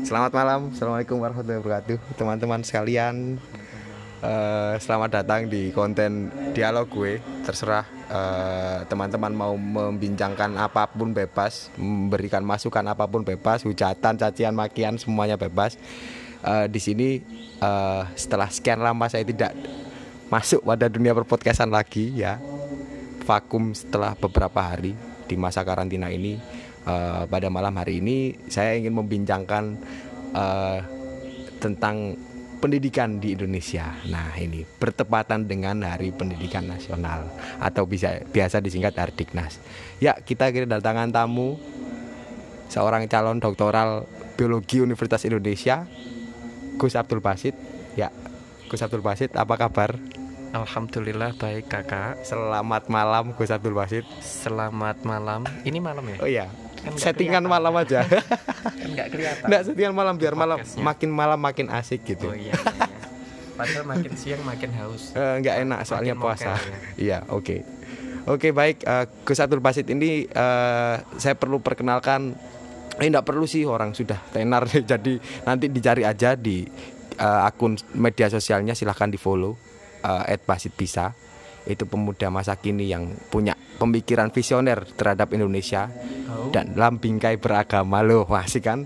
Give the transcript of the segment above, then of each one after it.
Selamat malam, Assalamualaikum warahmatullahi wabarakatuh. Teman-teman sekalian, selamat datang di konten dialog gue. Terserah teman-teman mau membincangkan apapun bebas, memberikan masukan apapun bebas, hujatan, cacian, makian semuanya bebas. Di sini setelah sekian lama saya tidak masuk pada dunia perpodcastan lagi ya, vakum setelah beberapa hari di masa karantina ini. Pada malam hari ini saya ingin membincangkan tentang pendidikan di Indonesia. Nah, ini bertepatan dengan Hari Pendidikan Nasional atau biasa disingkat Hardiknas. Ya, kita kedatangan tamu seorang calon doktoral biologi Universitas Indonesia, Gus Abdul Basit. Ya, Gus Abdul Basit, apa kabar? Alhamdulillah baik kakak. Selamat malam Gus Abdul Basit. Selamat malam. Ini malam ya? Oh iya. Kan settingan malam aja. Kan nggak kelihatan. Nggak, settingan malam biar malam makin asik gitu. Oh iya. Padahal makin siang makin haus. Nggak enak soalnya puasa. Ya. Iya, oke. Oke, baik. Gus Abdul Basit ini saya perlu perkenalkan. Nggak perlu sih, orang sudah tenar. Jadi nanti dicari aja di akun media sosialnya, silahkan di follow @basitbisa. Itu pemuda masa kini yang punya pemikiran visioner terhadap Indonesia dan lambingkai beragama loh, masih kan?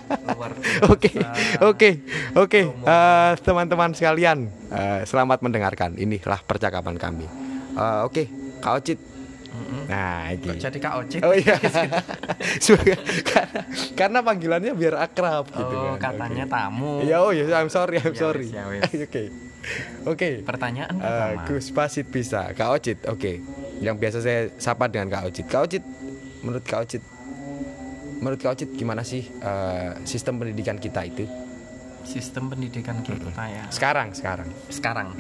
Oke. Teman-teman sekalian, selamat mendengarkan. Inilah percakapan kami. Oke, Kak Ocit. Nah, ini. Jadi Kak Ocit. Oh iya. karena panggilannya biar akrab gitu kan. Katanya tamu. Ya, oh ya, I'm sorry. Oke. Pertanyaan pertama. Gus Basit bisa. Kak Ocit, oke. Yang biasa saya sapa dengan Kak Ocit. Kak Ocit, menurut Kak Ocit gimana sih sistem pendidikan kita itu? Sistem pendidikan kita ya. Sekarang. Sekarang.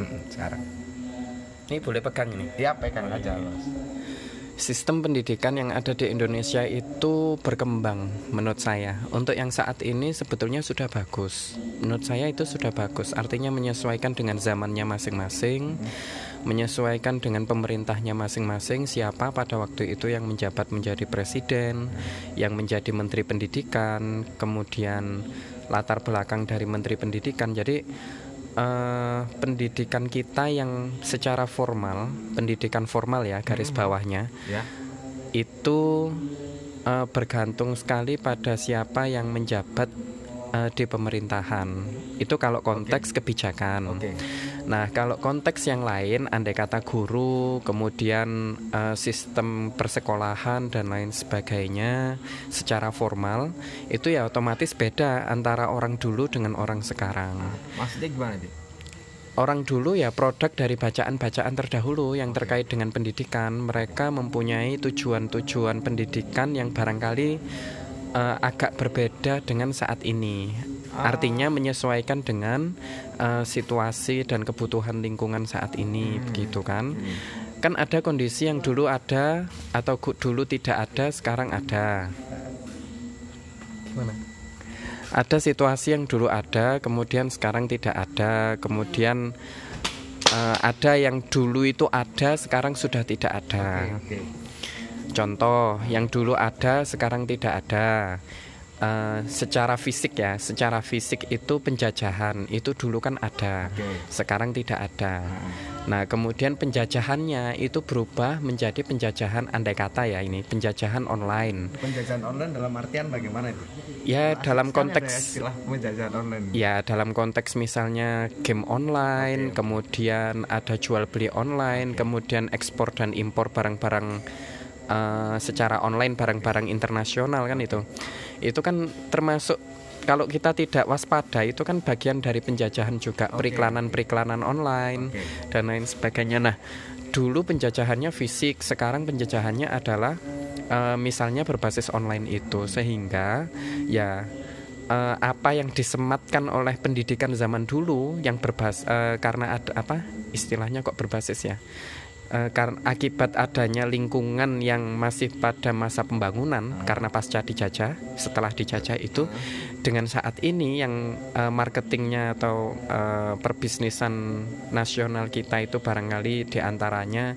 Ini boleh pegang ini? Ya, pegang aja. Sistem pendidikan yang ada di Indonesia itu berkembang menurut saya. Untuk yang saat ini sebetulnya sudah bagus. Menurut saya itu sudah bagus. Artinya menyesuaikan dengan zamannya masing-masing, menyesuaikan dengan pemerintahnya masing-masing. Siapa pada waktu itu yang menjabat menjadi presiden, yang menjadi menteri pendidikan, kemudian latar belakang dari menteri pendidikan. Jadi pendidikan kita yang secara formal, pendidikan formal ya garis bawahnya, itu bergantung sekali pada siapa yang menjabat di pemerintahan. Itu kalau konteks kebijakan. Nah, kalau konteks yang lain, andai kata guru, kemudian sistem persekolahan dan lain sebagainya secara formal, itu ya otomatis beda antara orang dulu dengan orang sekarang. Maksudnya gimana sih? Orang dulu ya produk dari bacaan-bacaan terdahulu yang terkait dengan pendidikan. Mereka mempunyai tujuan-tujuan pendidikan yang barangkali agak berbeda dengan saat ini. Artinya menyesuaikan dengan situasi dan kebutuhan lingkungan saat ini, begitu kan? Kan ada kondisi yang dulu ada atau dulu tidak ada, sekarang ada. Gimana? Ada situasi yang dulu ada, kemudian sekarang tidak ada, kemudian ada yang dulu itu ada, sekarang sudah tidak ada. Contoh, yang dulu ada, sekarang tidak ada. Secara fisik itu penjajahan itu dulu kan ada, sekarang tidak ada. Nah, kemudian penjajahannya itu berubah menjadi penjajahan andai kata ya, ini penjajahan online. Penjajahan online dalam artian bagaimana itu? Ya, dalam konteks istilah penjajahan online. Ya, dalam konteks misalnya game online, kemudian ada jual beli online, kemudian ekspor dan impor barang-barang secara online, barang-barang internasional kan itu kan termasuk, kalau kita tidak waspada itu kan bagian dari penjajahan juga, periklanan online dan lain sebagainya. Nah, dulu penjajahannya fisik, sekarang penjajahannya adalah misalnya berbasis online itu, sehingga ya apa yang disematkan oleh pendidikan zaman dulu yang karena ada istilahnya kok berbasis ya, karena akibat adanya lingkungan yang masih pada masa pembangunan karena pasca dijajah, setelah dijajah itu dengan saat ini yang marketingnya atau perbisnisan nasional kita itu barangkali diantaranya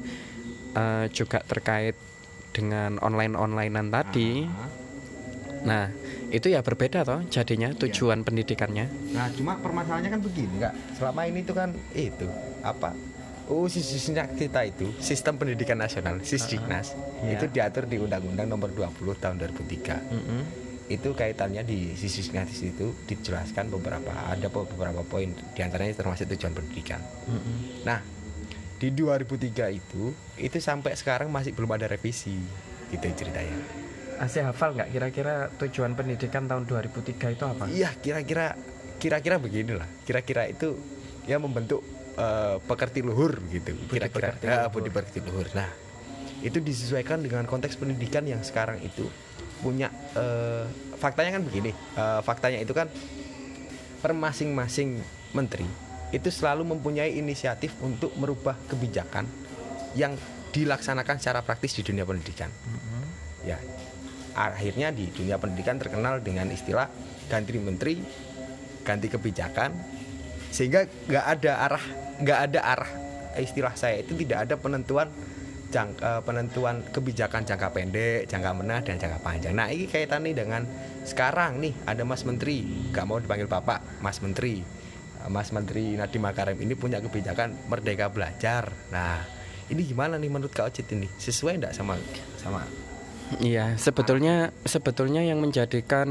juga terkait dengan online-onlinean tadi. Nah, Itu ya berbeda toh jadinya tujuan pendidikannya. Nah, cuma permasalahannya kan begini, Kak. Selama ini itu kan itu apa? Sisnya kita itu Sistem Pendidikan Nasional, Sisdiknas, itu diatur di Undang-Undang Nomor 20 Tahun 2003. Itu kaitannya di Sisdiknas itu dijelaskan ada beberapa poin, diantaranya termasuk tujuan pendidikan. Nah, di 2003 itu sampai sekarang masih belum ada revisi, gitu ceritanya. Masih hafal nggak kira-kira tujuan pendidikan tahun 2003 itu apa? Iya, kira-kira beginilah. Kira-kira itu ya membentuk pekerti luhur gitu. Kira-kira budi pekerti luhur. Nah, itu disesuaikan dengan konteks pendidikan yang sekarang itu punya faktanya kan begini. Faktanya itu kan per masing-masing menteri itu selalu mempunyai inisiatif untuk merubah kebijakan yang dilaksanakan secara praktis di dunia pendidikan. Ya, akhirnya di dunia pendidikan terkenal dengan istilah ganti menteri, ganti kebijakan, sehingga nggak ada arah. Istilah saya itu tidak ada penentuan kebijakan jangka pendek, jangka menengah, dan jangka panjang. Nah, ini kaitannya dengan sekarang nih ada Mas Menteri, nggak mau dipanggil Bapak, Mas Menteri Nadiem Makarim ini punya kebijakan Merdeka Belajar. Nah, ini gimana nih menurut Kak Ocit ini? Sesuai enggak sama Iya, sebetulnya yang menjadikan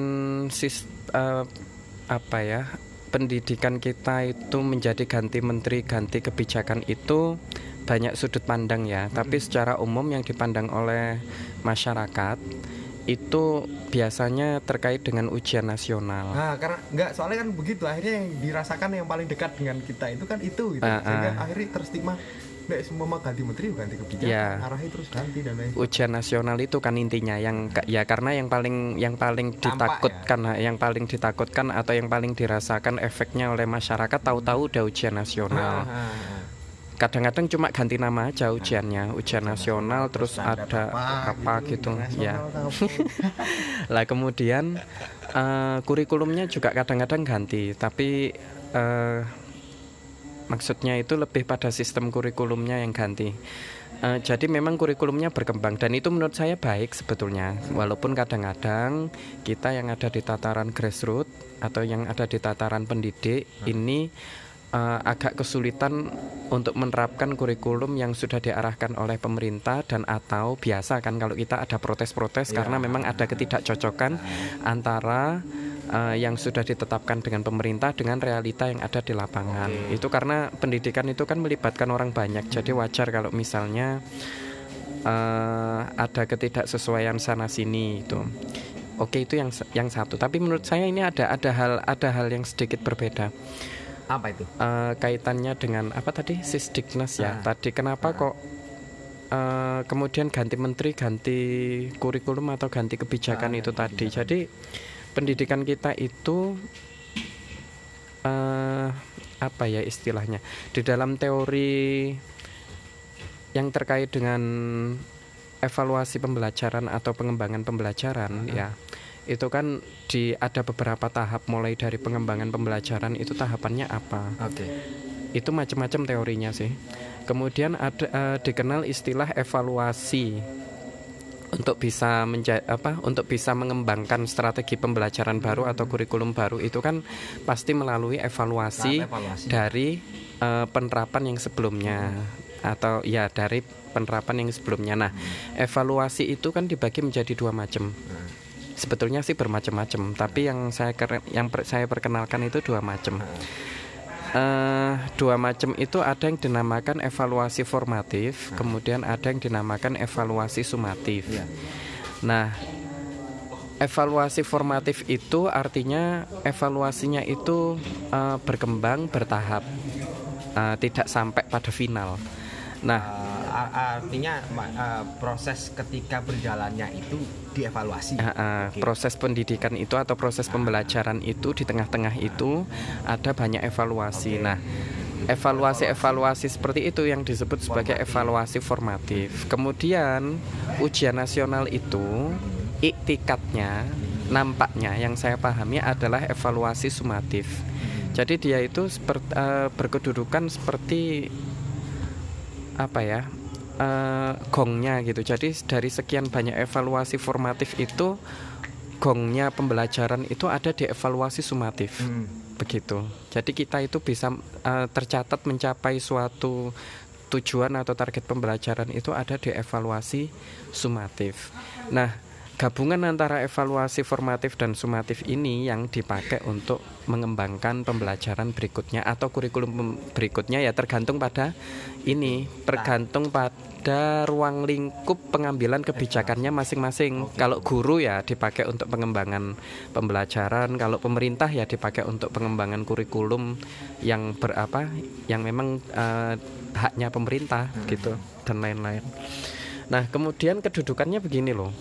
pendidikan kita itu menjadi ganti menteri, ganti kebijakan itu banyak sudut pandang ya. Tapi secara umum yang dipandang oleh masyarakat itu biasanya terkait dengan ujian nasional. Nah, karena soalnya kan begitu, akhirnya yang dirasakan yang paling dekat dengan kita itu kan itu gitu. Sehingga akhirnya terstigma semua ganti menteri ganti kebijakan, arahnya terus ganti dan lain. Ujian nasional itu kan intinya karena yang paling ditakutkan, yang paling ditakutkan atau yang paling dirasakan efeknya oleh masyarakat tahu-tahu udah ujian nasional. Kadang-kadang cuma ganti nama aja ujiannya, ujian nasional, terus ada apa gitu ya. Lah kemudian kurikulumnya juga kadang-kadang ganti, tapi maksudnya itu lebih pada sistem kurikulumnya yang ganti. Jadi memang kurikulumnya berkembang dan itu menurut saya baik sebetulnya. Walaupun kadang-kadang kita yang ada di tataran grassroots atau yang ada di tataran pendidik ini agak kesulitan untuk menerapkan kurikulum yang sudah diarahkan oleh pemerintah dan atau biasa kan kalau kita ada protes-protes karena memang ada ketidakcocokan antara yang sudah ditetapkan dengan pemerintah dengan realita yang ada di lapangan. Itu karena pendidikan itu kan melibatkan orang banyak, jadi wajar kalau misalnya ada ketidaksesuaian sana sini itu. Oke, itu yang satu. Tapi menurut saya ini ada hal yang sedikit berbeda. Apa itu? Kaitannya dengan apa tadi? Sisdiknas ya. Tadi kenapa kok kemudian ganti menteri, ganti kurikulum atau ganti kebijakan itu tadi. Jadi pendidikan kita itu apa ya istilahnya? Di dalam teori yang terkait dengan evaluasi pembelajaran atau pengembangan pembelajaran ya. Itu kan ada beberapa tahap mulai dari pengembangan pembelajaran itu tahapannya apa. Itu macam-macam teorinya sih. Kemudian ada dikenal istilah evaluasi untuk bisa untuk bisa mengembangkan strategi pembelajaran baru atau kurikulum baru itu kan pasti melalui evaluasi. Dari penerapan yang sebelumnya atau ya dari penerapan yang sebelumnya. Nah, evaluasi itu kan dibagi menjadi dua macam. Sebetulnya sih bermacam-macam, tapi yang saya perkenalkan itu dua macam. Dua macam itu ada yang dinamakan evaluasi formatif, kemudian ada yang dinamakan evaluasi sumatif. Nah, evaluasi formatif itu artinya evaluasinya itu berkembang bertahap, tidak sampai pada final. Nah, artinya proses ketika berjalannya itu dievaluasi. Proses pendidikan itu atau proses pembelajaran itu di tengah-tengah itu ada banyak evaluasi. Nah, evaluasi seperti itu yang disebut sebagai evaluasi formatif. Kemudian ujian nasional itu iktikatnya nampaknya yang saya pahami adalah evaluasi sumatif. Jadi dia itu berkedudukan seperti apa ya, gongnya gitu. Jadi dari sekian banyak evaluasi formatif itu gongnya pembelajaran itu ada di evaluasi sumatif. Begitu. Jadi kita itu bisa tercatat mencapai suatu tujuan atau target pembelajaran itu ada di evaluasi sumatif. Nah, gabungan antara evaluasi formatif dan sumatif ini yang dipakai untuk mengembangkan pembelajaran berikutnya atau kurikulum berikutnya, ya tergantung pada ini, tergantung pada ruang lingkup pengambilan kebijakannya masing-masing. Kalau guru ya dipakai untuk pengembangan pembelajaran, kalau pemerintah ya dipakai untuk pengembangan kurikulum yang yang memang haknya pemerintah gitu dan lain-lain. Nah, kemudian kedudukannya begini loh.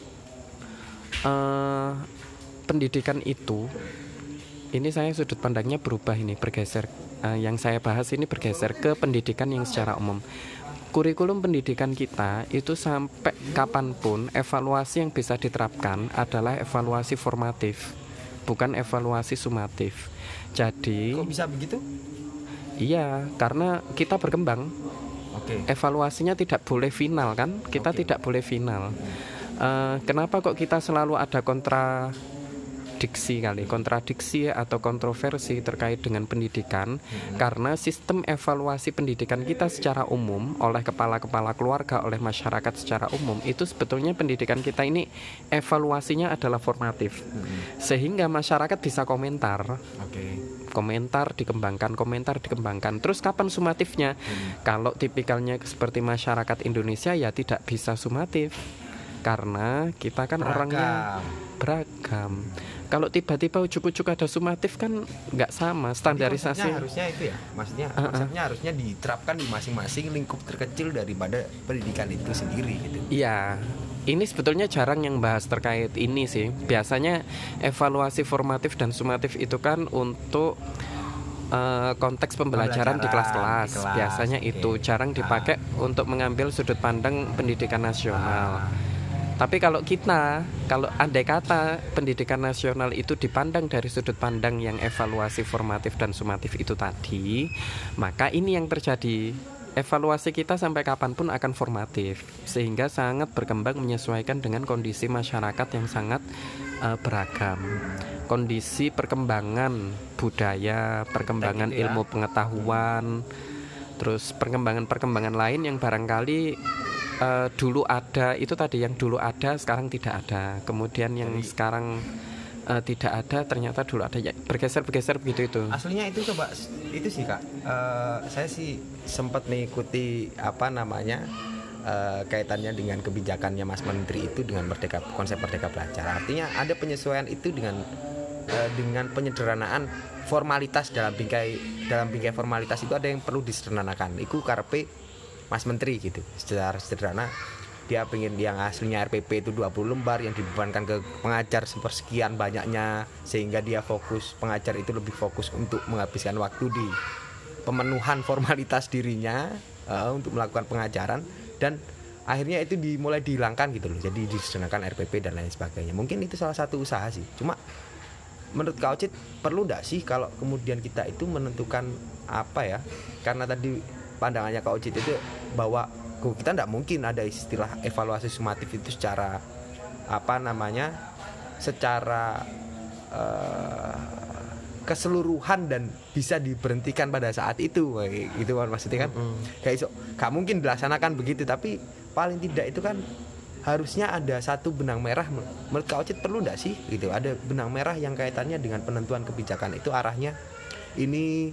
Pendidikan itu, ini saya sudut pandangnya berubah, ini bergeser. Yang saya bahas ini bergeser ke pendidikan yang secara umum. Kurikulum pendidikan kita itu sampai kapanpun evaluasi yang bisa diterapkan adalah evaluasi formatif, bukan evaluasi sumatif. Jadi kok bisa begitu? Iya, karena kita berkembang. Evaluasinya tidak boleh final kan? Kita tidak boleh final. Kenapa kok kita selalu ada kontradiksi atau kontroversi terkait dengan pendidikan? Karena sistem evaluasi pendidikan kita secara umum oleh kepala-kepala keluarga, oleh masyarakat secara umum, itu sebetulnya pendidikan kita ini evaluasinya adalah formatif. Sehingga masyarakat bisa komentar. Komentar dikembangkan. Terus kapan sumatifnya? Kalau tipikalnya seperti masyarakat Indonesia ya tidak bisa sumatif. Karena kita kan orangnya beragam. Kalau tiba-tiba ujuk-ujuk ada sumatif kan nggak sama standarisasi. Harusnya itu ya, maksudnya konsepnya harusnya diterapkan di masing-masing lingkup terkecil daripada pendidikan itu sendiri gitu. Iya, ini sebetulnya jarang yang bahas terkait ini sih. Biasanya evaluasi formatif dan sumatif itu kan untuk konteks pembelajaran di kelas-kelas. Biasanya itu jarang dipakai untuk mengambil sudut pandang pendidikan nasional. Tapi kalau andai kata pendidikan nasional itu dipandang dari sudut pandang yang evaluasi formatif dan sumatif itu tadi, maka ini yang terjadi. Evaluasi kita sampai kapanpun akan formatif, sehingga sangat berkembang menyesuaikan dengan kondisi masyarakat yang sangat beragam. Kondisi perkembangan budaya, perkembangan ilmu pengetahuan, terus perkembangan lain yang barangkali dulu ada, itu tadi yang dulu ada sekarang tidak ada, kemudian yang sekarang tidak ada ternyata dulu ada, ya, bergeser begitu itu. Aslinya itu coba itu sih Kak, saya sih sempat mengikuti kaitannya dengan kebijakannya Mas Menteri itu dengan konsep Merdeka Belajar. Artinya ada penyesuaian itu dengan penyederhanaan formalitas dalam bingkai formalitas itu ada yang perlu disederhanakan. Iku karepe Mas Menteri gitu. Secara sederhana dia pengen yang aslinya RPP itu 20 lembar yang dibebankan ke pengajar sepersekian banyaknya, sehingga pengajar itu lebih fokus untuk menghabiskan waktu di pemenuhan formalitas dirinya untuk melakukan pengajaran, dan akhirnya itu mulai dihilangkan gitu loh. Jadi disederhanakan RPP dan lain sebagainya. Mungkin itu salah satu usaha sih. Cuma menurut Kak Ocit perlu enggak sih kalau kemudian kita itu menentukan karena tadi pandangannya Kak Ocit itu bahwa kita tidak mungkin ada istilah evaluasi sumatif itu secara secara keseluruhan dan bisa diberhentikan pada saat itu, gitu kan maksudnya kan. Gak mungkin dilaksanakan begitu, tapi paling tidak itu kan harusnya ada satu benang merah. Menurut Kak Ocit perlu enggak sih gitu, ada benang merah yang kaitannya dengan penentuan kebijakan itu arahnya ini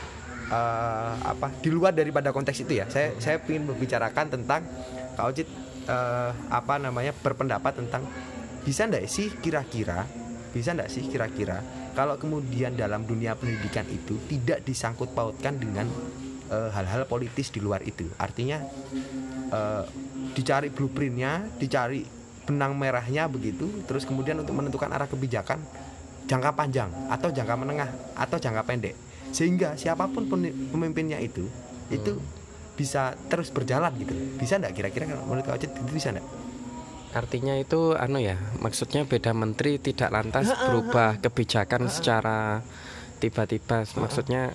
di luar daripada konteks itu ya. Saya ingin membicarakan tentang Kak Ocit berpendapat tentang bisa enggak sih kira-kira kalau kemudian dalam dunia pendidikan itu tidak disangkut pautkan dengan hal-hal politis di luar itu. Artinya dicari blueprintnya, dicari benang merahnya begitu, terus kemudian untuk menentukan arah kebijakan jangka panjang atau jangka menengah atau jangka pendek, sehingga siapapun pemimpinnya itu bisa terus berjalan gitu. Bisa enggak kira-kira menurut Kak Ocit itu bisa enggak? Artinya itu maksudnya beda menteri tidak lantas berubah kebijakan secara tiba-tiba. Maksudnya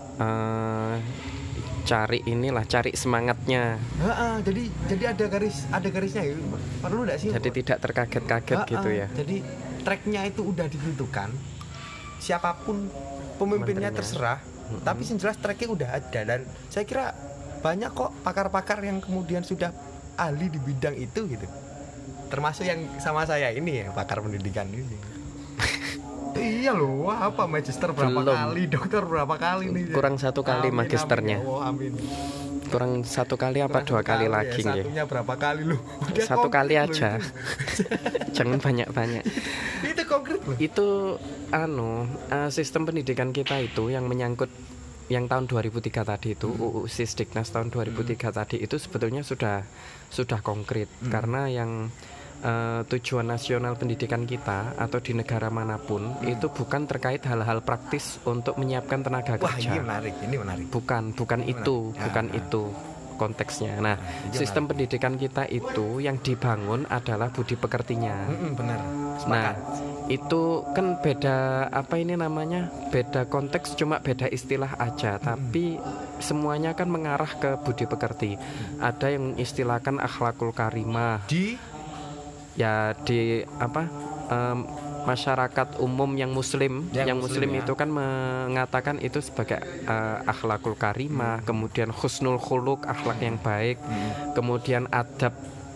cari semangatnya. Jadi ada garisnya ya. Perlu enggak sih? Jadi tidak terkaget-kaget gitu ya. Jadi tracknya itu udah ditentukan, siapapun pemimpinnya Menterinya. terserah, tapi yang jelas tracknya udah ada. Dan saya kira banyak kok pakar-pakar yang kemudian sudah ahli di bidang itu gitu, termasuk yang sama saya ini ya, pakar pendidikan ini. Iya loh, apa magister berapa Belum. kali, dokter berapa kali nih? Kurang 1 kali Amin, magisternya. amin, ya Allah, amin. Kurang 1 kali apa Kurang 2 kali ya, lagi nggih. satunya berapa kali lu? Udah 1 kali konkret loh aja. itu. Jangan banyak-banyak. Itu konkret loh. Itu sistem pendidikan kita itu yang menyangkut yang tahun 2003 tadi itu UU Sisdiknas tahun 2003 tadi itu sebetulnya sudah konkret karena yang tujuan nasional pendidikan kita atau di negara manapun itu bukan terkait hal-hal praktis untuk menyiapkan tenaga Wah, kerja. ini menarik. Bukan itu, Ya, bukan itu konteksnya. Nah, sistem pendidikan kita itu yang dibangun adalah budi pekertinya. Benar. Nah, Sepakat. itu kan beda apa ini namanya? Beda konteks, cuma beda istilah aja, tapi semuanya kan mengarah ke budi pekerti. Ada yang istilahkan akhlakul karimah. Ya di apa? Masyarakat umum yang muslim Yang muslim ya. itu kan mengatakan itu sebagai akhlakul karimah, kemudian husnul khuluq, akhlak yang baik, kemudian adab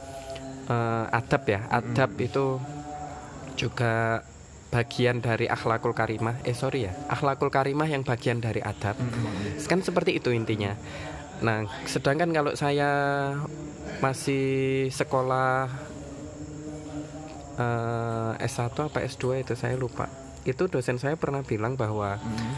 itu juga bagian dari akhlakul karimah. Akhlakul karimah yang bagian dari adab. Kan seperti itu intinya. Nah, sedangkan kalau saya masih sekolah S1 apa S2 itu saya lupa. Itu dosen saya pernah bilang bahwa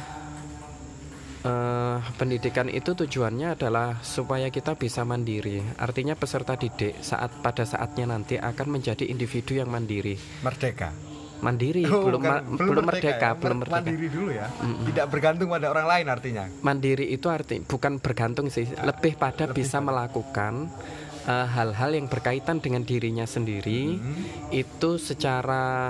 pendidikan itu tujuannya adalah supaya kita bisa mandiri. Artinya peserta didik pada saatnya nanti akan menjadi individu yang mandiri. Mandiri, belum merdeka. Mandiri dulu ya. Tidak bergantung pada orang lain artinya. Mandiri itu bukan bergantung sih, lebih pada bisa melakukan hal-hal yang berkaitan dengan dirinya sendiri itu secara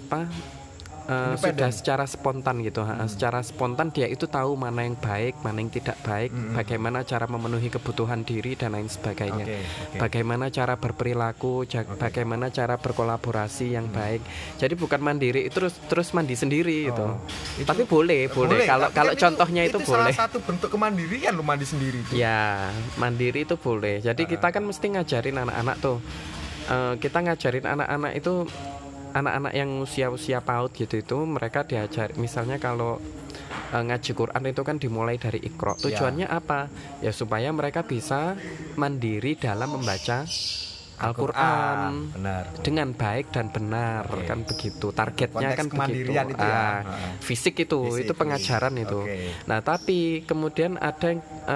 sudah secara spontan gitu. Secara spontan dia itu tahu mana yang baik, mana yang tidak baik, bagaimana cara memenuhi kebutuhan diri dan lain sebagainya. Bagaimana cara berperilaku, bagaimana cara berkolaborasi yang baik. Jadi bukan mandiri terus mandi sendiri gitu. Tapi boleh kalau contohnya itu boleh. Salah satu bentuk kemandirian lu mandi sendiri itu. Ya, mandiri itu boleh. Jadi kita kan mesti ngajarin anak-anak tuh. Kita ngajarin anak-anak itu, anak-anak yang usia PAUD gitu itu mereka diajar, misalnya kalau ngaji Quran itu kan dimulai dari Iqra. Tujuannya apa? Ya supaya mereka bisa mandiri dalam membaca Al-Quran dengan baik dan benar. Kan begitu targetnya. Konteks kan begitu itu ya. Fisik itu pengajaran itu. Nah tapi kemudian ada yang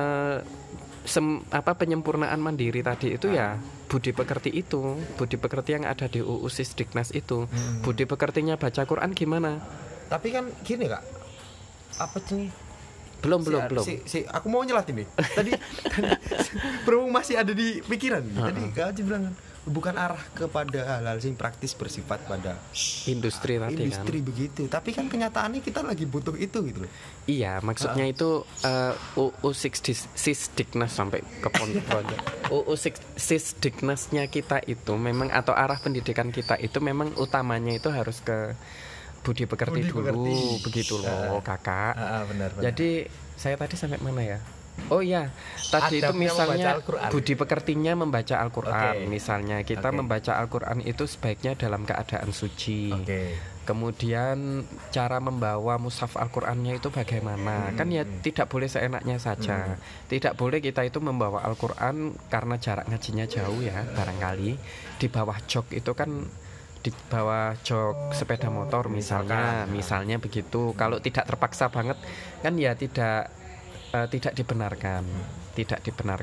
penyempurnaan mandiri tadi itu ya budi pekerti yang ada di UU Sisdiknas itu. Budi pekertinya baca Quran gimana? Tapi kan gini Kak, apa sih? Belum. Aku mau nyelat ini. Tadi berhubung masih ada di pikiran. Tadi Kak Haji bilang bukan arah kepada hal-hal yang praktis bersifat pada industri tadi kan. Industri begitu. Tapi kan kenyataannya kita lagi butuh itu gitu loh. Iya, maksudnya itu UU Sisdiknas sampai ke pondok. UU Sisdiknasnya kita itu memang, atau arah pendidikan kita itu memang utamanya itu harus ke budi pekerti dulu, begitu loh Kakak. Benar. Jadi saya tadi sampai mana ya? Oh iya, tadi itu misalnya budi pekertinya membaca Al-Quran. Misalnya kita membaca Al-Quran itu sebaiknya dalam keadaan suci. Kemudian cara membawa mushaf Al-Qurannya itu bagaimana? Kan ya tidak boleh seenaknya saja. Tidak boleh kita itu membawa Al-Quran karena jarak ngajinya jauh ya, barangkali di bawah jok itu kan, di bawah jok sepeda motor misalnya begitu. Kalau tidak terpaksa banget kan ya tidak dibenarkan. Tidak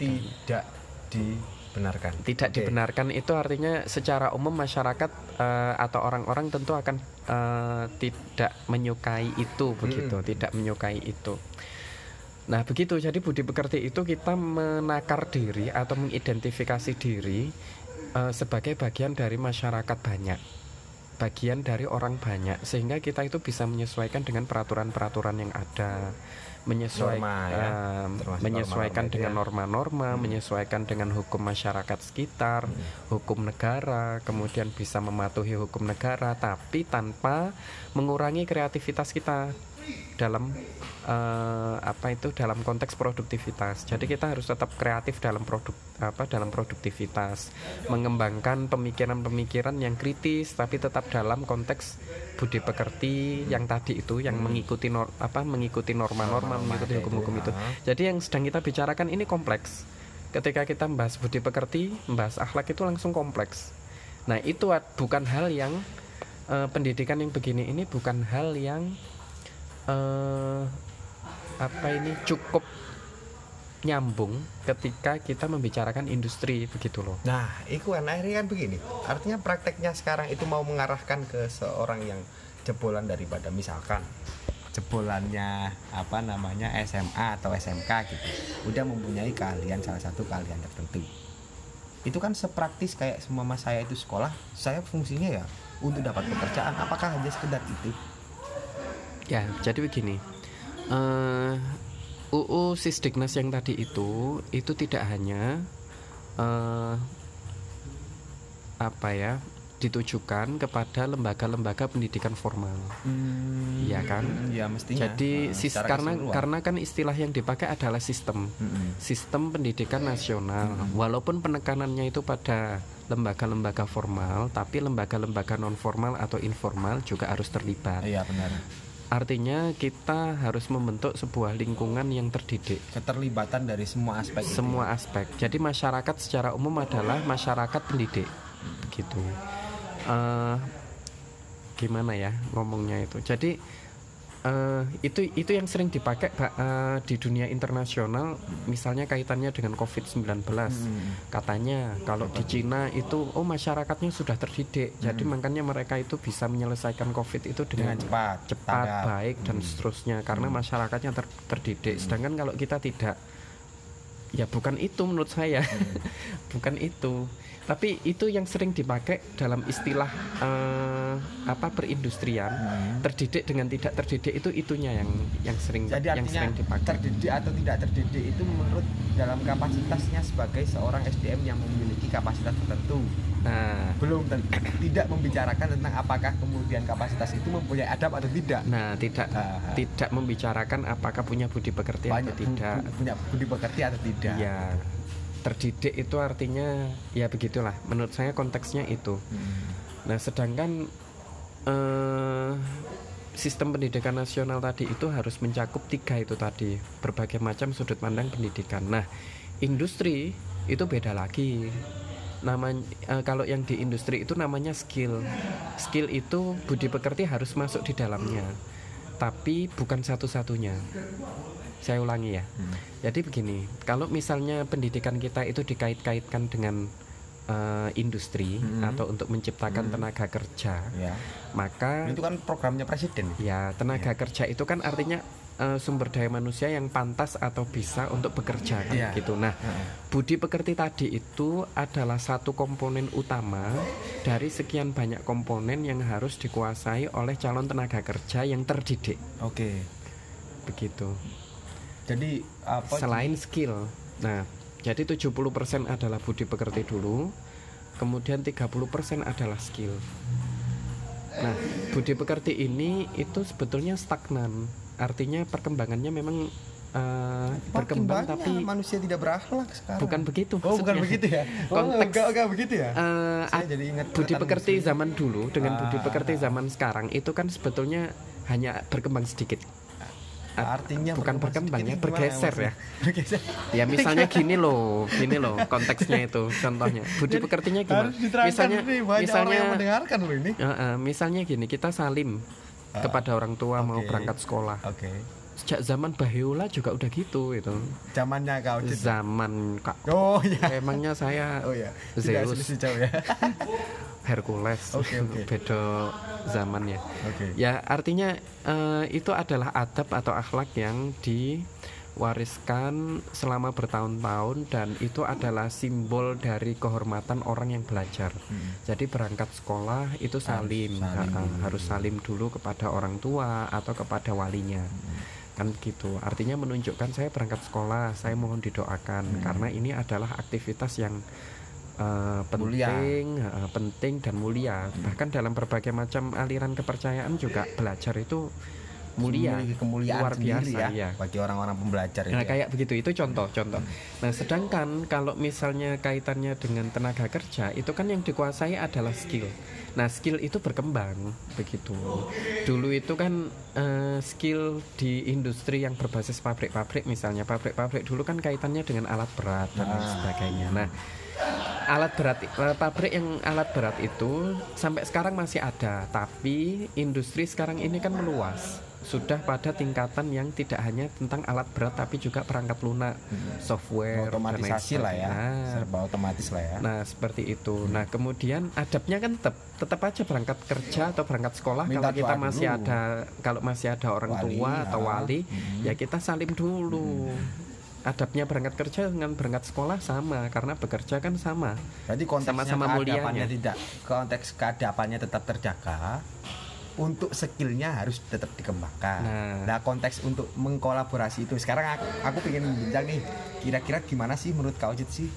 dibenarkan itu artinya secara umum masyarakat atau orang-orang tentu akan tidak menyukai itu begitu, tidak menyukai itu. Nah begitu, jadi budi pekerti itu kita menakar diri atau mengidentifikasi diri sebagai bagian dari masyarakat banyak bagian dari orang banyak, sehingga kita itu bisa menyesuaikan dengan peraturan-peraturan yang ada, menyesuaikan dengan norma-norma, menyesuaikan dengan hukum masyarakat sekitar, hukum negara, kemudian bisa mematuhi hukum negara, tapi tanpa mengurangi kreativitas kita dalam dalam konteks produktivitas. Jadi kita harus tetap kreatif dalam produktivitas, mengembangkan pemikiran-pemikiran yang kritis, tapi tetap dalam konteks budi pekerti yang tadi itu, yang mengikuti norma-norma, mengikuti hukum-hukum itu. Jadi yang sedang kita bicarakan ini kompleks. Ketika kita membahas budi pekerti, membahas akhlak itu langsung kompleks. Nah, itu bukan hal yang pendidikan yang begini ini bukan hal yang cukup nyambung ketika kita membicarakan industri, begitu loh. Nah, itu kan akhirnya kan begini. Artinya prakteknya sekarang itu mau mengarahkan ke seorang yang jebolan daripada misalkan jebolannya SMA atau SMK gitu. Udah mempunyai salah satu keahlian tertentu. Itu kan sepraktis kayak semama saya itu sekolah, saya fungsinya ya untuk dapat pekerjaan. Apakah hanya sekedar itu? Ya, jadi begini. UU Sisdiknas yang tadi itu tidak hanya ditujukan kepada lembaga-lembaga pendidikan formal, ya kan? Ya mestinya. Jadi karena kan istilah yang dipakai adalah sistem pendidikan nasional. Walaupun penekanannya itu pada lembaga-lembaga formal, tapi lembaga-lembaga non formal atau informal juga harus terlibat. Iya, benar. Artinya kita harus membentuk sebuah lingkungan yang terdidik. Keterlibatan dari semua aspek. Aspek. Jadi masyarakat secara umum adalah masyarakat pendidik, gitu. Gimana ya ngomongnya itu? Jadi itu yang sering dipakai di dunia internasional, misalnya kaitannya dengan COVID-19. Katanya kalau di Cina itu masyarakatnya sudah terdidik, jadi makanya mereka itu bisa menyelesaikan COVID itu dengan cepat, baik dan seterusnya, karena masyarakatnya terdidik. Sedangkan kalau kita tidak, ya bukan itu menurut saya. Bukan itu. Tapi itu yang sering dipakai dalam istilah perindustrian. Terdidik dengan tidak terdidik itunya yang sering dipakai. Terdidik atau tidak terdidik itu menurut dalam kapasitasnya sebagai seorang SDM yang memiliki kapasitas tertentu. Nah, belum tidak membicarakan tentang apakah kemudian kapasitas itu mempunyai adab atau tidak. Nah, tidak membicarakan apakah punya budi pekerti atau tidak. Punya budi pekerti atau tidak. Ya. Terdidik itu artinya ya begitulah, menurut saya konteksnya itu. Nah, sedangkan sistem pendidikan nasional tadi itu harus mencakup 3 itu tadi, berbagai macam sudut pandang pendidikan. Nah, industri itu beda lagi. Kalau yang di industri itu namanya skill itu budi pekerti harus masuk di dalamnya, tapi bukan satu-satunya. Saya ulangi ya. Jadi begini, kalau misalnya pendidikan kita itu dikait-kaitkan dengan industri atau untuk menciptakan tenaga kerja, maka itu kan programnya presiden. Ya, tenaga kerja itu kan artinya sumber daya manusia yang pantas atau bisa untuk bekerja kan, gitu. Nah, budi pekerti tadi itu adalah satu komponen utama dari sekian banyak komponen yang harus dikuasai oleh calon tenaga kerja yang terdidik. Oke. Begitu. Jadi selain skill. Nah, jadi 70% adalah budi pekerti dulu, kemudian 30% adalah skill. Nah, budi pekerti ini itu sebetulnya stagnan. Artinya perkembangannya memang berkembang, tapi manusia tidak berakhlak sekarang. Bukan begitu. Bukan begitu ya. Enggak begitu ya. Saya jadi ingat budi pekerti zaman dulu dengan budi pekerti zaman sekarang itu kan sebetulnya hanya berkembang sedikit. Artinya bukan berkembang ya, bergeser ya. Bergeser. Ya misalnya gini loh konteksnya itu contohnya. Budi pekertinya gimana? Misalnya yang mendengarkan loh ini. Misalnya gini, kita salim kepada orang tua mau berangkat sekolah. Sejak zaman Bahiola juga udah gitu itu. Zamannya kau. Zaman Kak. Oh iya. Emangnya saya Zeus. Hercules. Beda zamannya. Ya artinya itu adalah adab atau akhlak yang wariskan selama bertahun-tahun, dan itu adalah simbol dari kehormatan orang yang belajar. Jadi berangkat sekolah itu salim, harus salim dulu kepada orang tua atau kepada walinya. Kan gitu. Artinya menunjukkan saya berangkat sekolah, saya mohon didoakan karena ini adalah aktivitas yang penting dan mulia. Bahkan dalam berbagai macam aliran kepercayaan juga belajar itu mulia, kemuliaan luar biasa ya bagi orang-orang pembelajar itu. Nah, kayak begitu, itu contoh. Nah, sedangkan kalau misalnya kaitannya dengan tenaga kerja, itu kan yang dikuasai adalah skill. Nah, skill itu berkembang begitu. Dulu itu kan skill di industri yang berbasis pabrik-pabrik, misalnya pabrik-pabrik dulu kan kaitannya dengan alat berat dan lain sebagainya. Nah, pabrik yang alat berat itu sampai sekarang masih ada, tapi industri sekarang ini kan meluas, sudah pada tingkatan yang tidak hanya tentang alat berat tapi juga perangkat lunak, software, otomatisasi lah ya, serba otomatis lah ya. Nah, seperti itu. Nah, kemudian adabnya kan tetap aja berangkat kerja atau berangkat sekolah, minta kalau kita masih ada orang wali, tua atau wali, ya kita salim dulu. Adabnya berangkat kerja dengan berangkat sekolah sama, karena bekerja kan sama. Berarti konteksnya sama-sama mulianya. Konteks keadapannya tetap terjaga, untuk skillnya harus tetap dikembangkan. Nah, konteks untuk mengkolaborasi itu sekarang aku pengen bincang nih, kira-kira gimana sih menurut Kak Ocit sih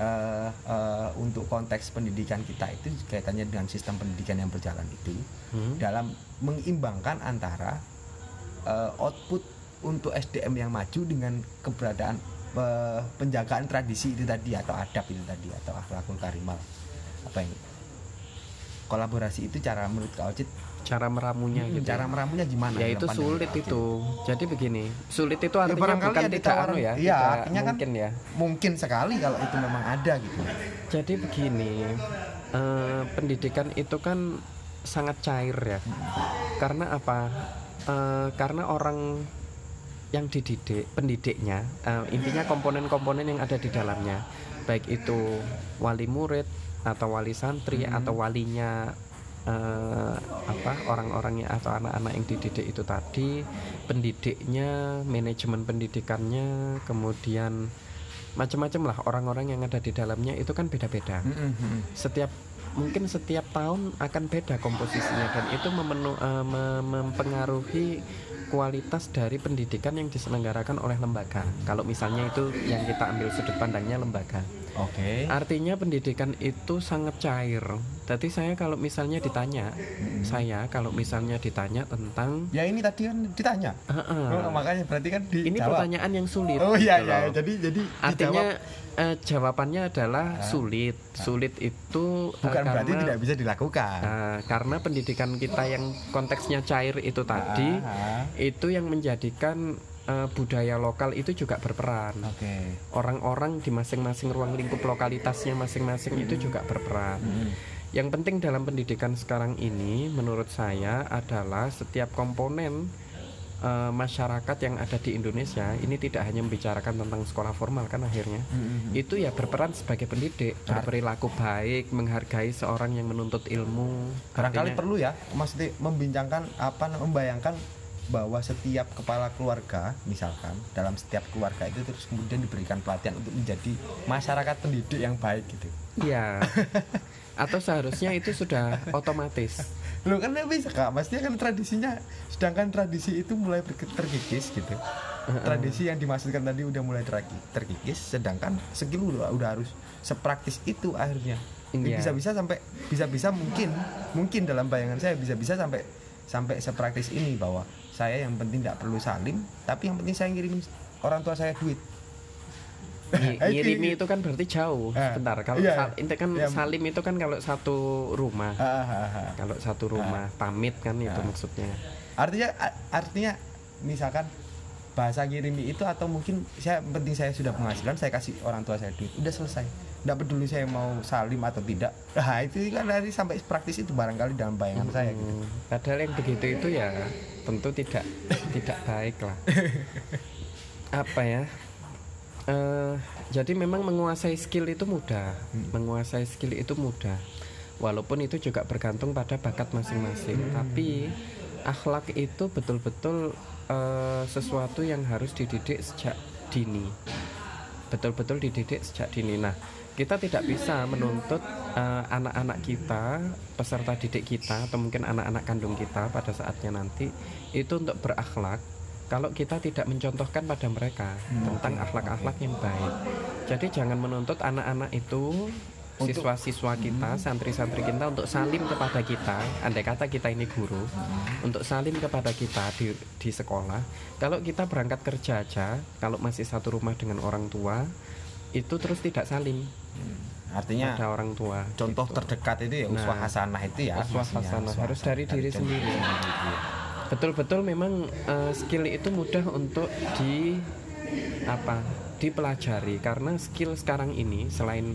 untuk konteks pendidikan kita itu kaitannya dengan sistem pendidikan yang berjalan itu dalam mengimbangkan antara output untuk SDM yang maju dengan keberadaan penjagaan tradisi itu tadi, atau adab itu tadi, atau akhlakul karimah. Apa ini? Kolaborasi itu cara menurut Kak Ocit, cara meramunya gitu. Cara meramunya gimana? Ya itu sulit itu. Jadi begini, sulit itu artinya bukan tidak ya, artinya mungkin kan ya. Mungkin sekali kalau itu memang ada gitu. Jadi begini, pendidikan itu kan sangat cair ya. Karena apa? Karena orang yang dididik, pendidiknya, intinya komponen-komponen yang ada di dalamnya, baik itu wali murid atau wali santri atau walinya orang-orangnya atau anak-anak yang dididik itu tadi, pendidiknya, manajemen pendidikannya, kemudian macam-macam lah orang-orang yang ada di dalamnya itu kan beda-beda. Mungkin setiap tahun akan beda komposisinya, dan itu mempengaruhi kualitas dari pendidikan yang diselenggarakan oleh lembaga. Kalau misalnya itu yang kita ambil sudut pandangnya lembaga. Oke. Artinya pendidikan itu sangat cair. Jadi saya kalau misalnya ditanya tentang, ya ini tadi kan ditanya. Makanya berarti kan dijawab. Ini pertanyaan yang sulit. Oh iya ya. Jadi artinya jawabannya adalah sulit. Sulit itu bukan berarti tidak bisa dilakukan. Karena pendidikan kita yang konteksnya cair itu tadi, itu yang menjadikan budaya lokal itu juga berperan. Orang-orang di masing-masing ruang lingkup lokalitasnya masing-masing itu juga berperan. Yang penting dalam pendidikan sekarang ini menurut saya adalah setiap komponen masyarakat yang ada di Indonesia ini tidak hanya membicarakan tentang sekolah formal kan akhirnya, itu ya berperan sebagai pendidik, berperilaku baik, menghargai seorang yang menuntut ilmu. Barangkali perlu ya, maksudnya membayangkan bahwa setiap kepala keluarga misalkan dalam setiap keluarga itu terus kemudian diberikan pelatihan untuk menjadi masyarakat pendidik yang baik gitu. Iya. Atau seharusnya itu sudah otomatis. Loh kan nggak bisa Kak, maksudnya kan tradisinya, sedangkan tradisi itu mulai terkikis gitu. Tradisi yang dimaksudkan tadi udah mulai terkikis, sedangkan skill udah harus sepraktis itu akhirnya. Bisa-bisa mungkin dalam bayangan saya bisa-bisa sampai sepraktis ini, bahwa saya yang penting tidak perlu salim, tapi yang penting saya ngirimin orang tua saya duit. Ngirimi itu kan berarti jauh. Bentar, kalau salim itu kan kalau satu rumah. Kalau satu rumah pamit kan itu maksudnya. Artinya misalkan bahasa ngirimi itu, atau mungkin penting saya sudah penghasilan, saya kasih orang tua saya duit, udah selesai. Tidak peduli saya mau salim atau tidak. Nah itu kan dari sampai praktis itu barangkali dalam bayangan saya gitu. Padahal yang begitu itu ya tentu tidak baik lah. Apa ya? Jadi memang menguasai skill itu mudah. Walaupun itu juga bergantung pada bakat masing-masing. Tapi akhlak itu betul-betul sesuatu yang harus dididik sejak dini. Betul-betul dididik sejak dini. Nah, kita tidak bisa menuntut anak-anak kita, peserta didik kita, atau mungkin anak-anak kandung kita pada saatnya nanti itu untuk berakhlak kalau kita tidak mencontohkan pada mereka tentang akhlak-akhlak yang baik. Jadi jangan menuntut anak-anak itu, siswa-siswa kita, santri-santri kita untuk salim kepada kita, andai kata kita ini guru, untuk salim kepada kita di sekolah. Kalau kita berangkat kerja aja, kalau masih satu rumah dengan orang tua, itu terus tidak salim. Artinya pada orang tua. Contoh gitu. terdekat itu ya uswah hasanah itu ya. Uswah hasanah harus dari diri sendiri. Betul-betul memang skill itu mudah untuk dipelajari, karena skill sekarang ini selain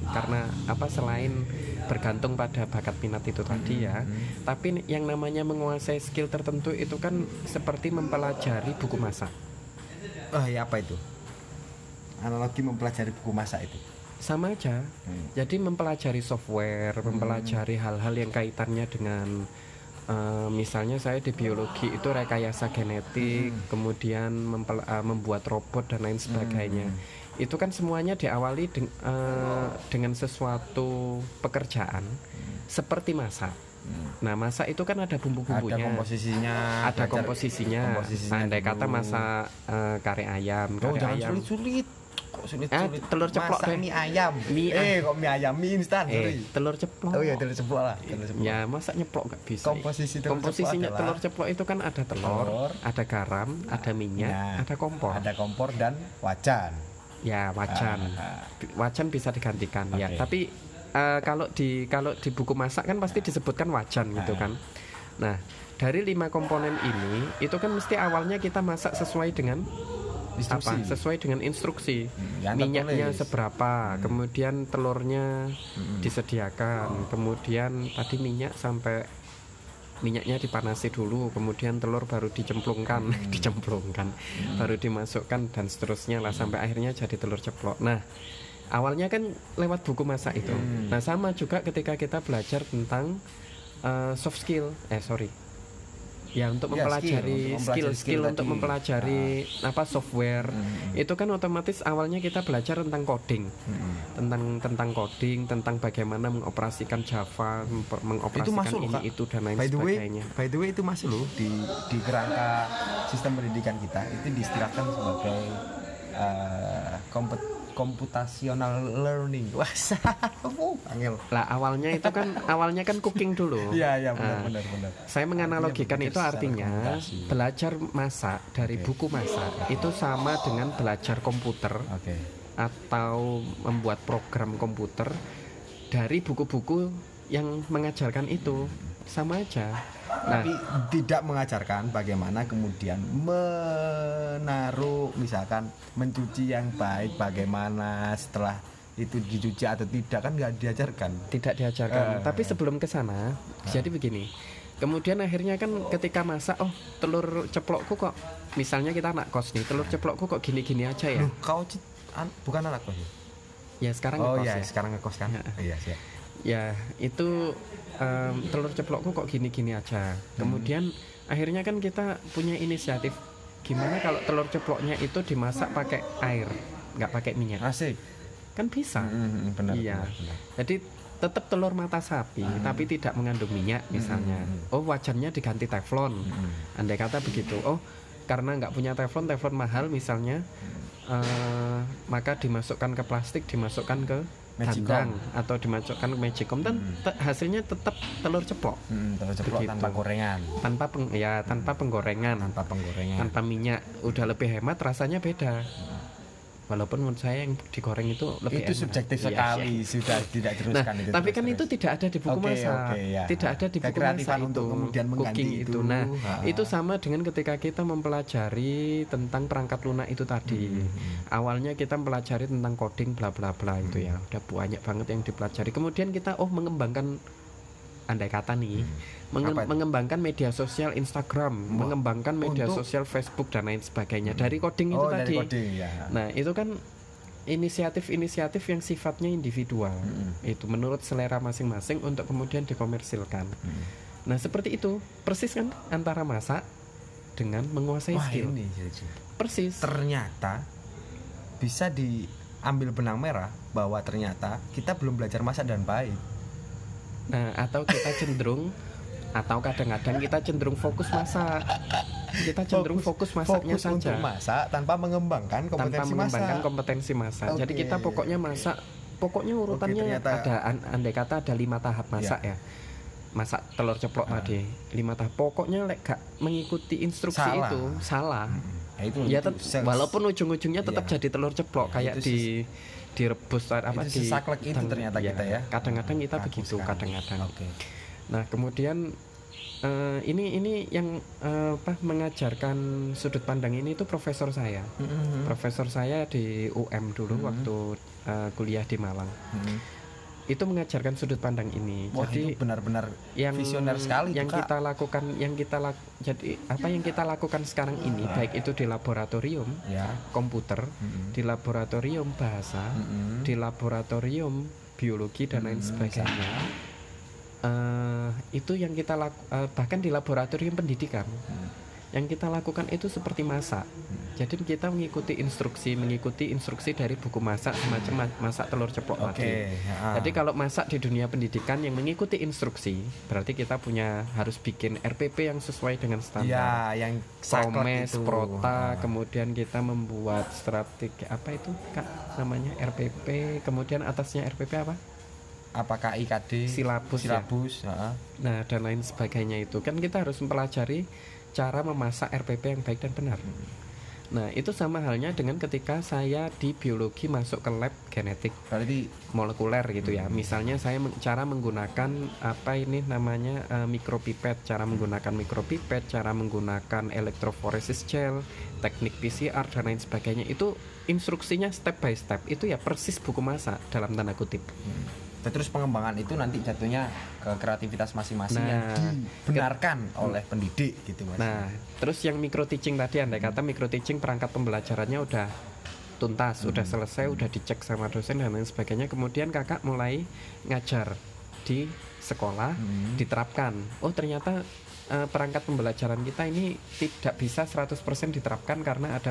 bergantung pada bakat minat itu tadi ya, tapi yang namanya menguasai skill tertentu itu kan seperti mempelajari buku masak. Ya apa itu? Analogi mempelajari buku masak itu sama aja. Jadi mempelajari software, mempelajari hal-hal yang kaitannya dengan misalnya saya di biologi itu rekayasa genetik, kemudian membuat robot dan lain sebagainya. Itu kan semuanya diawali dengan sesuatu pekerjaan seperti masak. Nah, masak itu kan ada bumbu-bumbunya, ada komposisinya. Andai kata masak kare ayam, jangan sulit-sulit. Telur ceplok deh. Mie ayam. Kok mie ayam, mie instan. Telur ceplok. Oh iya, telur ceplok lah. Ya, masa nyeplok nggak bisa. Komposisinya telur ceplok itu kan ada telur, ada garam, ada minyak, ada kompor. Ada kompor dan wajan. Ya, wajan. Wajan bisa digantikan ya. Tapi kalau di buku masak kan pasti disebutkan wajan gitu kan. Nah, dari 5 komponen ini itu kan mesti awalnya kita masak sesuai dengan sesuai dengan instruksi. Minyaknya seberapa, kemudian telurnya disediakan, kemudian tadi minyaknya dipanasi dulu, kemudian telur baru dicemplungkan, baru dimasukkan dan seterusnya lah sampai akhirnya jadi telur ceplok. Nah, awalnya kan lewat buku masak itu. Nah, sama juga ketika kita belajar tentang soft skill, ya untuk mempelajari skill untuk mempelajari software. Itu kan otomatis awalnya kita belajar tentang coding, tentang coding, tentang bagaimana mengoperasikan Java, mengoperasikan itu dan lain sebagainya. By the way itu masuk loh di kerangka sistem pendidikan kita, itu diistilahkan sebagai computational learning. Wah, angel. Lah awalnya kan cooking dulu. Iya, benar. Saya menganalogikan itu artinya belajar masak dari buku masak itu sama dengan belajar komputer. Atau membuat program komputer dari buku-buku yang mengajarkan itu. Sama aja. Tapi tidak mengajarkan bagaimana kemudian menaruh, misalkan mencuci yang baik, bagaimana setelah itu dicuci atau tidak, kan nggak diajarkan. Tidak diajarkan. Tapi sebelum ke sana, jadi begini. Kemudian akhirnya kan ketika masak, telur ceplokku kok, misalnya kita anak kos nih, telur ceplokku kok gini-gini aja ya. Kau bukan anak kos ya? Sekarang ngekos ya. Sekarang ngekos kan. Iya siap. Ya itu telur ceplokku kok gini-gini aja. Kemudian akhirnya kan kita punya inisiatif, gimana kalau telur ceploknya itu dimasak pakai air, nggak pakai minyak. Asik. Kan bisa. Benar. Jadi tetap telur mata sapi tapi tidak mengandung minyak misalnya. Wajannya diganti teflon. Andai kata begitu. Karena nggak punya teflon mahal misalnya, maka dimasukkan ke plastik, dimasukkan ke dandang atau dimasukkan ke magicom, dan hasilnya tetap telur ceplok. Telur ceplok begitu. Tanpa gorengan. Tanpa penggorengan. Tanpa minyak. Udah lebih hemat, rasanya beda. Walaupun menurut saya yang digoreng itu lebih enak. Subjektif sekali, sudah tidak teruskan. Nah, tapi kan itu tidak ada di buku masak. Tidak ada di buku masak itu. Kemudian cooking itu. Nah, itu sama dengan ketika kita mempelajari tentang perangkat lunak itu tadi. Awalnya kita mempelajari tentang coding bla bla bla itu ya. Udah banyak banget yang dipelajari. Kemudian kita mengembangkan, andai kata nih, mengembangkan media sosial Instagram, mengembangkan media sosial Facebook dan lain sebagainya dari coding itu tadi. Nah, itu kan inisiatif yang sifatnya individual. Itu menurut selera masing-masing untuk kemudian dikomersilkan. Nah seperti itu persis kan antara masak dengan menguasai Wah skill. ini jadi. Persis. Ternyata bisa diambil benang merah bahwa ternyata kita belum belajar masak dan baik. Nah atau kita cenderung atau kadang-kadang kita cenderung fokus masak. Kita cenderung fokus masaknya fokus saja untuk masak tanpa mengembangkan tanpa kompetensi mengembangkan masak. kompetensi masak. Jadi Oke. kita pokoknya masak, pokoknya urutannya ternyata- ada andai kata ada 5 tahap masak ya. Masak telur ceplok tadi 5 tahap. Pokoknya lek gak mengikuti instruksi Salah. itu salah. Nah, itu Ya walaupun ujung-ujungnya tetap Iya. jadi telur ceplok Ya, kayak itu direbus apa itu sesaklek itu ternyata kita ya. Kadang-kadang kita Kaku begitu, sekali. kadang-kadang. Oke. Nah, kemudian ini yang mengajarkan sudut pandang ini itu profesor saya. Profesor saya di UM dulu waktu kuliah di Malang. Itu mengajarkan sudut pandang ini. Wah, Jadi itu benar-benar yang visioner sekali yang tuh, Kak. kita lakukan jadi apa yang kita lakukan sekarang ini baik itu di laboratorium Ya. komputer, di laboratorium bahasa, di laboratorium biologi dan lain sebagainya. Itu yang kita bahkan di laboratorium pendidikan yang kita lakukan itu seperti masak. Jadi kita mengikuti instruksi dari buku masak semacam masak telur ceplok tadi. ya. Jadi kalau masak di dunia pendidikan yang mengikuti instruksi, berarti kita harus bikin RPP yang sesuai dengan standar. Ya, yang saklek Promes, itu. prota, kemudian kita membuat strategi apa itu Kak namanya RPP, kemudian atasnya RPP apa? Apakah IKD? Silabus ya? ya. Nah dan lain sebagainya itu kan kita harus mempelajari cara memasak RPP yang baik dan benar. Nah itu sama halnya dengan ketika saya di biologi masuk ke lab genetik Berarti molekuler gitu ya. Misalnya saya cara menggunakan apa ini namanya mikropipet, cara menggunakan mikropipet, cara menggunakan elektroforesis gel, teknik PCR dan lain sebagainya. Itu instruksinya step by step. Itu ya persis buku masak dalam tanda kutip. terus pengembangan itu nanti jatuhnya ke kreativitas masing-masing yang dibenarkan oleh pendidik gitu Mas. Nah, terus yang micro teaching tadi andai kata micro teaching perangkat pembelajarannya udah tuntas, udah selesai, udah dicek sama dosen dan lain sebagainya. Kemudian kakak mulai ngajar di sekolah, diterapkan. Oh, ternyata perangkat pembelajaran kita ini tidak bisa 100% diterapkan karena ada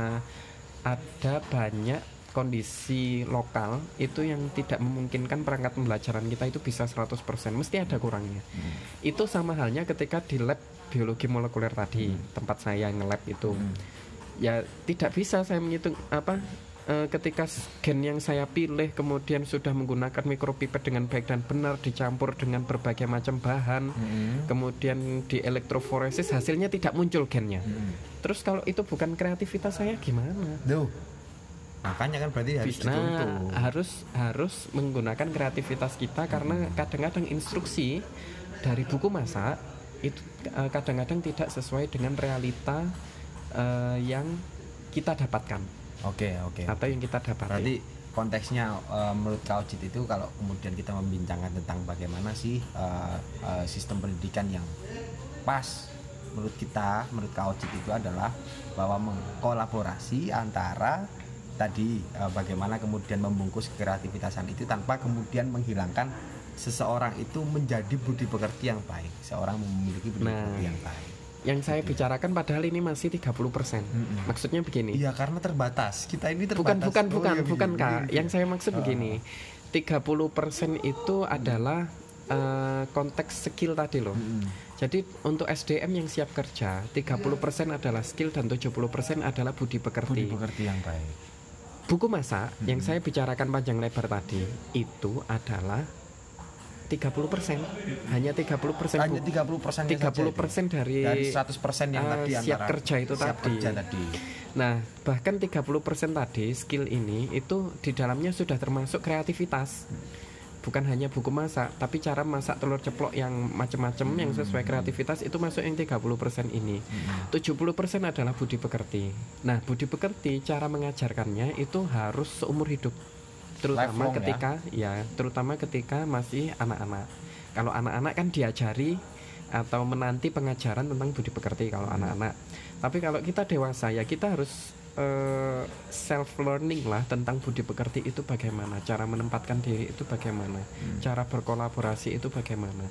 banyak kondisi lokal itu yang tidak memungkinkan perangkat pembelajaran kita itu bisa 100%, mesti ada kurangnya. Itu sama halnya ketika di lab biologi molekuler tadi, tempat saya nge-lab itu. Ya tidak bisa saya menghitung ketika gen yang saya pilih kemudian sudah menggunakan mikropipet dengan baik dan benar, dicampur dengan berbagai macam bahan, kemudian di elektroforesis hasilnya tidak muncul gennya. Terus kalau itu bukan kreativitas saya gimana? Makanya kan berarti harus dituntut. harus menggunakan kreativitas kita karena kadang-kadang instruksi dari buku masak itu kadang-kadang tidak sesuai dengan realita yang kita dapatkan. Oke. Atau yang kita dapati. Berarti konteksnya menurut Kak Ojit itu kalau kemudian kita membincangkan tentang bagaimana sih sistem pendidikan yang pas menurut kita, menurut Kak Ojit itu adalah bahwa mengkolaborasi antara tadi bagaimana kemudian membungkus kreativitasan itu tanpa kemudian menghilangkan seseorang itu menjadi budi pekerti yang baik. Seorang memiliki budi pekerti yang baik. Yang saya bicarakan padahal ini masih 30%. Maksudnya begini. Iya, karena terbatas. Kita ini terbatas. Bukan Kak. Yang saya maksud begini. 30% itu adalah konteks skill tadi loh. Jadi untuk SDM yang siap kerja, 30% adalah skill dan 70% adalah budi pekerti. Budi pekerti yang baik. Buku masak yang saya bicarakan panjang lebar tadi itu adalah 30%, hanya 30%. Hanya 30% 30% dari 100% yang tadi siap kerja itu siap tadi. kerja tadi. Nah, bahkan 30% tadi skill ini itu di dalamnya sudah termasuk kreativitas. Bukan hanya buku masak, tapi cara masak telur ceplok yang macam-macam yang sesuai kreativitas itu masuk yang 30% ini. 70% adalah budi pekerti. Nah, budi pekerti cara mengajarkannya itu harus seumur hidup. Terutama terutama ketika masih anak-anak. Kalau anak-anak kan diajari atau menanti pengajaran tentang budi pekerti kalau anak-anak. Tapi kalau kita dewasa ya kita harus self learning lah tentang budi pekerti itu bagaimana, cara menempatkan diri itu bagaimana, cara berkolaborasi itu bagaimana.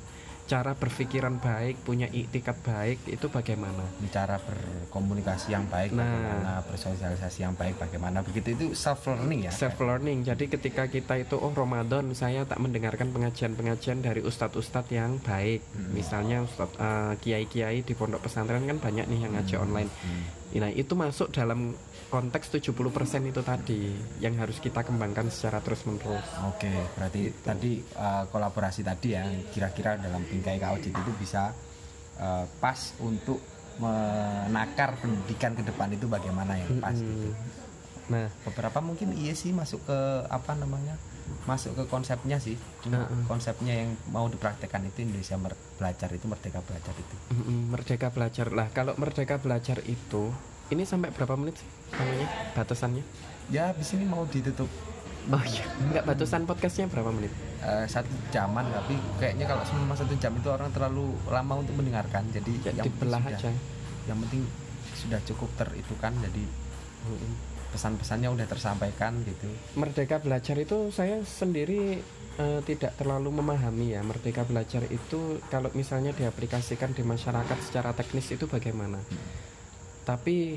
cara berpikiran baik, punya iktikat baik, itu bagaimana? Cara berkomunikasi yang baik bagaimana, bersosialisasi yang baik bagaimana, begitu itu self learning ya. Self learning. Jadi ketika kita itu Ramadan saya tak mendengarkan pengajian-pengajian dari ustadz-ustadz yang baik. Misalnya ustadz kiai-kiai di pondok pesantren kan banyak nih yang ngaji online. Nah, itu masuk dalam konteks 70% itu tadi yang harus kita kembangkan secara terus-menerus. Oke, berarti tadi kolaborasi tadi yang kira-kira dalam bingkai Kaojit itu bisa pas untuk menakar pendidikan ke depan itu bagaimana yang pas gitu. Nah, beberapa mungkin iya sih masuk ke masuk ke konsepnya sih. Konsepnya yang mau dipraktekkan itu Indonesia Belajar itu Merdeka Belajar itu. Merdeka Belajar lah. Kalau Merdeka Belajar itu ini sampai berapa menit sih namanya batasannya? Ya di sini mau ditutup. Oh iya, nggak batasan podcastnya berapa menit? 1 jaman, tapi kayaknya kalau selama 1 jam itu orang terlalu lama untuk mendengarkan. Jadi yang dibelah aja. Yang penting sudah cukup teritukan, jadi pesan-pesannya udah tersampaikan gitu. Merdeka Belajar itu saya sendiri tidak terlalu memahami ya. Merdeka Belajar itu kalau misalnya diaplikasikan di masyarakat secara teknis itu bagaimana? Tapi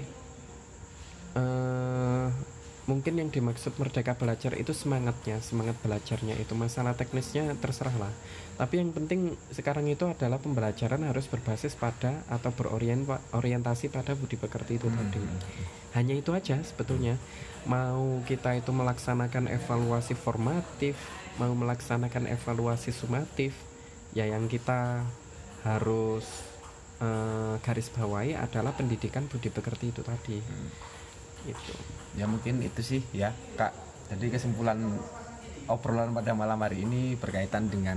mungkin yang dimaksud Merdeka Belajar itu semangat belajarnya itu. Masalah teknisnya terserah lah. Tapi yang penting sekarang itu adalah pembelajaran harus berbasis pada atau berorientasi pada budi pekerti itu tadi. Hanya itu aja sebetulnya. Mau kita itu melaksanakan evaluasi formatif, mau melaksanakan evaluasi sumatif, ya yang kita harus garis bawahi adalah pendidikan budi pekerti itu tadi. Itu. Ya mungkin itu sih ya Kak. Jadi kesimpulan obrolan pada malam hari ini berkaitan dengan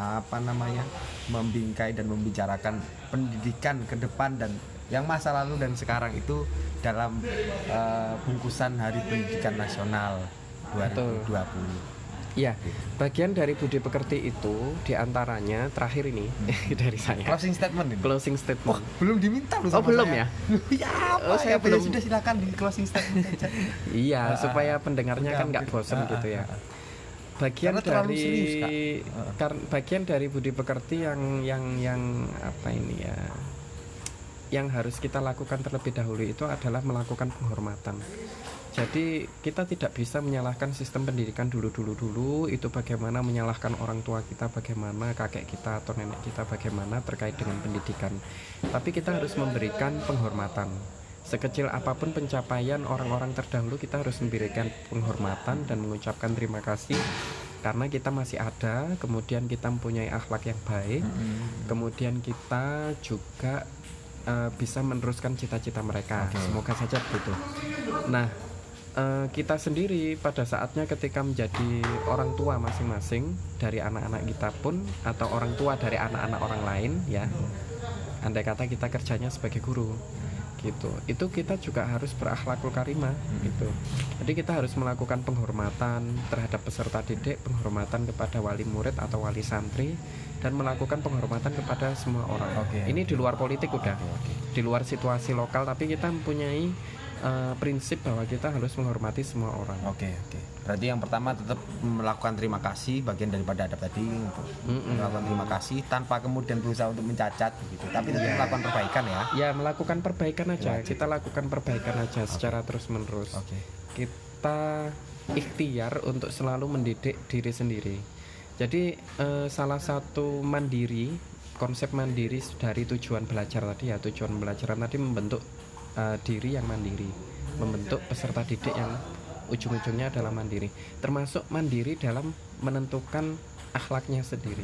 membingkai dan membicarakan pendidikan ke depan dan yang masa lalu dan sekarang itu dalam bungkusan Hari Pendidikan Nasional 2020. Ya, bagian dari budi pekerti itu diantaranya terakhir ini dari saya. Closing statement ini. Closing statement. Belum diminta loh. Oh belum saya. Ya? Saya belum. Sudah silakan di closing statement saja. Iya, supaya pendengarnya kan nggak bosan gitu ya. Bagian dari bagian dari budi pekerti yang apa ini ya? Yang harus kita lakukan terlebih dahulu itu adalah melakukan penghormatan. Jadi kita tidak bisa menyalahkan sistem pendidikan dulu itu bagaimana menyalahkan orang tua kita, bagaimana kakek kita atau nenek kita bagaimana terkait dengan pendidikan. Tapi kita harus memberikan penghormatan. Sekecil apapun pencapaian orang-orang terdahulu, kita harus memberikan penghormatan dan mengucapkan terima kasih karena kita masih ada, kemudian kita mempunyai akhlak yang baik, kemudian kita juga bisa meneruskan cita-cita mereka. Semoga saja begitu. Nah, kita sendiri pada saatnya ketika menjadi orang tua masing-masing dari anak-anak kita pun atau orang tua dari anak-anak orang lain ya, andai kata kita kerjanya sebagai guru gitu, itu kita juga harus berakhlakul karimah gitu. Jadi kita harus melakukan penghormatan terhadap peserta didik, penghormatan kepada wali murid atau wali santri, dan melakukan penghormatan kepada semua orang. Ini di luar politik udah, di luar situasi lokal, tapi kita mempunyai prinsip bahwa kita harus menghormati semua orang. Oke. Berarti yang pertama tetap melakukan terima kasih, bagian daripada adab tadi untuk melakukan terima kasih tanpa kemudian berusaha untuk mencacat gitu. Tapi tetap melakukan perbaikan ya. Ya, melakukan perbaikan aja. Kita lakukan perbaikan aja secara terus-menerus. Kita ikhtiar untuk selalu mendidik diri sendiri. Jadi salah satu konsep mandiri dari tujuan belajar tadi ya, tujuan pembelajaran tadi membentuk diri yang mandiri, membentuk peserta didik yang ujung-ujungnya adalah mandiri, termasuk mandiri dalam menentukan akhlaknya sendiri.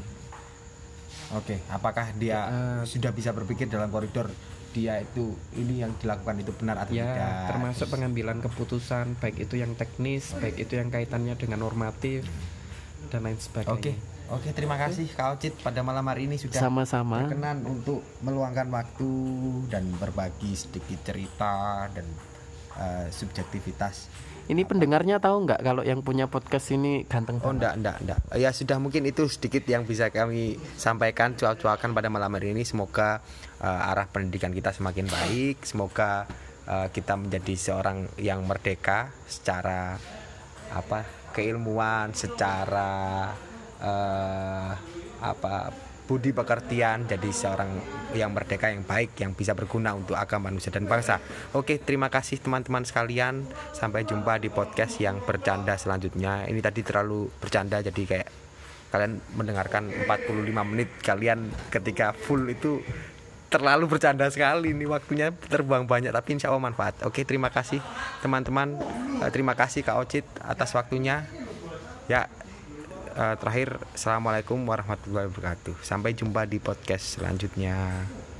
Apakah dia sudah bisa berpikir dalam koridor dia itu ini yang dilakukan itu benar atau tidak? Termasuk pengambilan keputusan, baik itu yang teknis, baik itu yang kaitannya dengan normatif dan lain sebagainya. Oke, terima kasih Kak Ocit pada malam hari ini sudah sama-sama berkenan untuk meluangkan waktu dan berbagi sedikit cerita dan subjektivitas. Ini pendengarnya tahu nggak kalau yang punya podcast ini ganteng banget? Enggak. Ya sudah, mungkin itu sedikit yang bisa kami sampaikan, cuap-cuakan pada malam hari ini. Semoga arah pendidikan kita semakin baik. Semoga kita menjadi seorang yang merdeka secara keilmuan, secara budi pekertian, jadi seorang yang merdeka, yang baik, yang bisa berguna untuk agama, manusia dan bangsa. Oke, terima kasih teman-teman sekalian. Sampai jumpa di podcast yang bercanda selanjutnya. Ini tadi terlalu bercanda, jadi kayak kalian mendengarkan 45 menit, kalian ketika full itu terlalu bercanda sekali. Ini waktunya terbang banyak, tapi insya Allah manfaat. Oke, terima kasih teman-teman. Terima kasih Kak Ocit atas waktunya. Ya, terakhir, assalamualaikum warahmatullahi wabarakatuh. Sampai jumpa di podcast selanjutnya.